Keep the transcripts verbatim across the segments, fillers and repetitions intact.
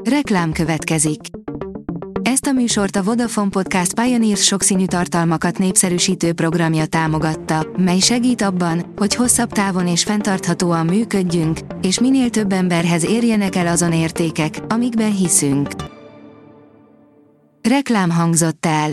Reklám következik. Ezt a műsort a Vodafone Podcast Pioneers sokszínű tartalmakat népszerűsítő programja támogatta, mely segít abban, hogy hosszabb távon és fenntarthatóan működjünk, és minél több emberhez érjenek el azon értékek, amikben hiszünk. Reklám hangzott el.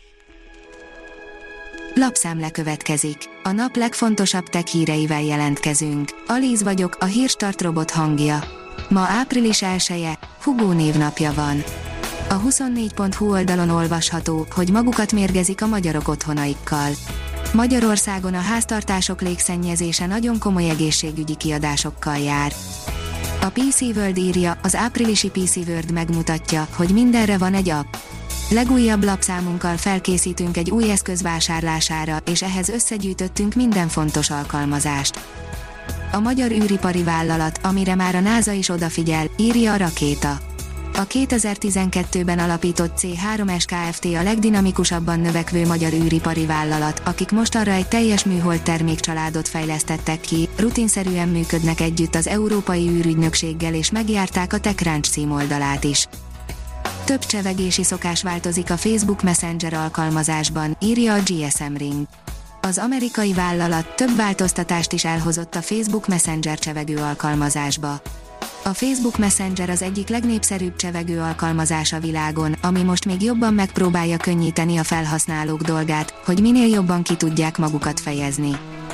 Lapszemle következik. A nap legfontosabb tech híreivel jelentkezünk. Alíz vagyok, a Hírstart robot hangja. Ma április elseje, Hugó névnapja van. A huszonnégy pont hu oldalon olvasható, hogy magukat mérgezik a magyarok otthonaikkal. Magyarországon a háztartások légszennyezése nagyon komoly egészségügyi kiadásokkal jár. A pé cé World írja, az áprilisi pé cé World megmutatja, hogy mindenre van egy app. Legújabb lapszámunkkal felkészítünk egy új eszköz vásárlására, és ehhez összegyűjtöttünk minden fontos alkalmazást. A magyar űripari vállalat, amire már a NASA is odafigyel, írja a Rakéta. A kétezer-tizenkettőben alapított cé három es Kft. A legdinamikusabban növekvő magyar űripari vállalat, akik mostanra egy teljes műhold termékcsaládot fejlesztettek ki, rutinszerűen működnek együtt az Európai űrügynökséggel és megjárták a TechCrunch címoldalát is. Több csevegési szokás változik a Facebook Messenger alkalmazásban, írja a gé es em Ring. Az amerikai vállalat több változtatást is elhozott a Facebook Messenger csevegő alkalmazásba. A Facebook Messenger az egyik legnépszerűbb csevegő alkalmazás a világon, ami most még jobban megpróbálja könnyíteni a felhasználók dolgát, hogy minél jobban ki tudják magukat fejezni.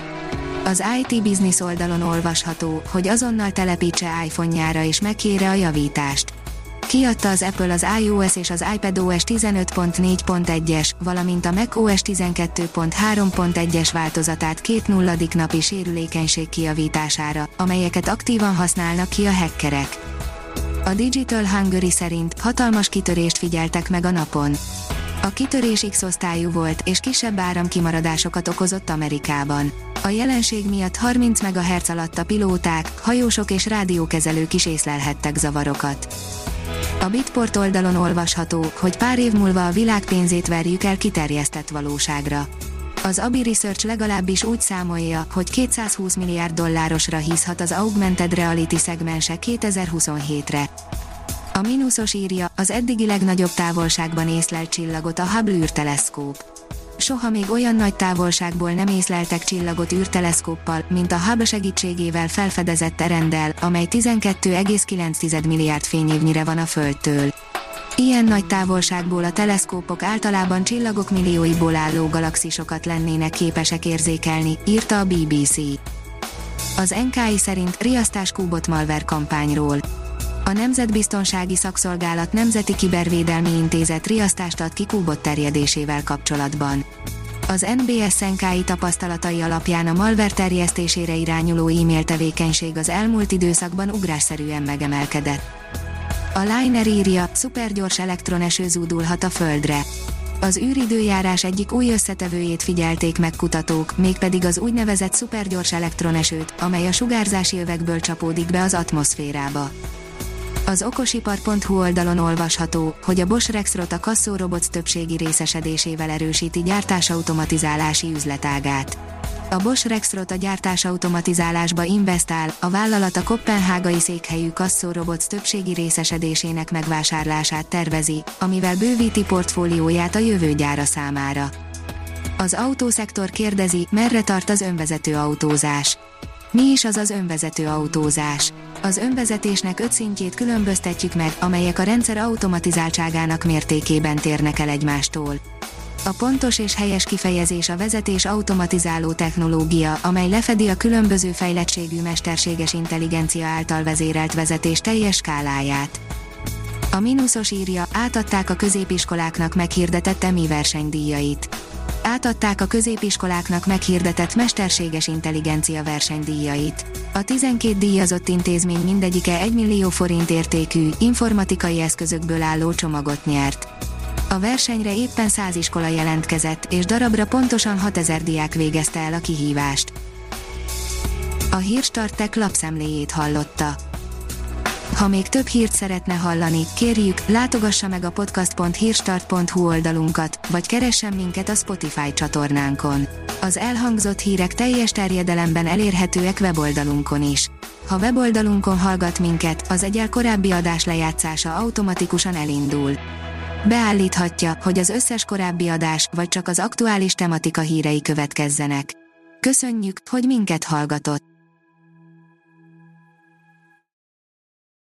Az i té Business oldalon olvasható, hogy azonnal telepítse iPhone-jára és Mac-jére a javítást. Kiadta az Apple az iOS és az iPadOS tizenöt pont négy pont egyes, valamint a macOS tizenkettő pont három pont egyes változatát két nulladik napi sérülékenység kijavítására, amelyeket aktívan használnak ki a hackerek. A Digital Hungary szerint hatalmas kitörést figyeltek meg a napon. A kitörés X-osztályú volt, és kisebb áramkimaradásokat okozott Amerikában. A jelenség miatt harminc megahertz alatt a pilóták, hajósok és rádiókezelők is észlelhettek zavarokat. A Bitport oldalon olvasható, hogy pár év múlva a világ pénzét verjük el kiterjesztett valóságra. Az Abi Research legalábbis úgy számolja, hogy kétszázhúsz milliárd dollárosra hízhat az augmented reality szegmense kétezer-huszonhétre. A mínuszos írja, az eddigi legnagyobb távolságban észlelt csillagot a Hubble űrteleszkóp. Soha még olyan nagy távolságból nem észleltek csillagot űrteleszkóppal, mint a Hubble segítségével felfedezett Erenddel, amely tizenkét egész kilenc milliárd fényévnyire van a Földtől. Ilyen nagy távolságból a teleszkópok általában csillagok millióiból álló galaxisokat lennének képesek érzékelni, írta a bé bé cé. Az en ká i szerint riasztás Qbot malware kampányról. A Nemzetbiztonsági Szakszolgálat Nemzeti Kibervédelmi Intézet riasztást ad ki Qbot terjedésével kapcsolatban. Az en bé es en ká i tapasztalatai alapján a malware terjesztésére irányuló e-mail tevékenység az elmúlt időszakban ugrásszerűen megemelkedett. A Liner írja, szupergyors elektroneső zúdulhat a Földre. Az űridőjárás egyik új összetevőjét figyelték meg kutatók, mégpedig az úgynevezett szupergyors elektronesőt, amely a sugárzási övekből csapódik be az atmoszférába. Az okosipar pont hu oldalon olvasható, hogy a Bosch Rexroth a kasszóroboc többségi részesedésével erősíti gyártásautomatizálási üzletágát. A Bosch Rexroth a gyártásautomatizálásba investál, a vállalat a koppenhágai székhelyű kasszóroboc többségi részesedésének megvásárlását tervezi, amivel bővíti portfólióját a jövő gyára számára. Az autószektor kérdezi, merre tart az önvezető autózás. Mi is az az önvezető autózás? Az önvezetésnek öt szintjét különböztetjük meg, amelyek a rendszer automatizáltságának mértékében térnek el egymástól. A pontos és helyes kifejezés a vezetés automatizáló technológia, amely lefedi a különböző fejlettségű mesterséges intelligencia által vezérelt vezetés teljes skáláját. A mínuszos írja, átadták a középiskoláknak meghirdetett Emmy versenydíjait. Átadták a középiskoláknak meghirdetett mesterséges intelligencia versenydíjait. A tizenkét díjazott intézmény mindegyike egy millió forint értékű, informatikai eszközökből álló csomagot nyert. A versenyre éppen száz iskola jelentkezett, és darabra pontosan hatezer diák végezte el a kihívást. A Hírstart Tech lapszemléjét hallotta. Ha még több hírt szeretne hallani, kérjük, látogassa meg a podcast pont hírstart pont hu oldalunkat, vagy keressen minket a Spotify csatornánkon. Az elhangzott hírek teljes terjedelemben elérhetőek weboldalunkon is. Ha weboldalunkon hallgat minket, az egyel korábbi adás lejátszása automatikusan elindul. Beállíthatja, hogy az összes korábbi adás, vagy csak az aktuális tematika hírei következzenek. Köszönjük, hogy minket hallgatott!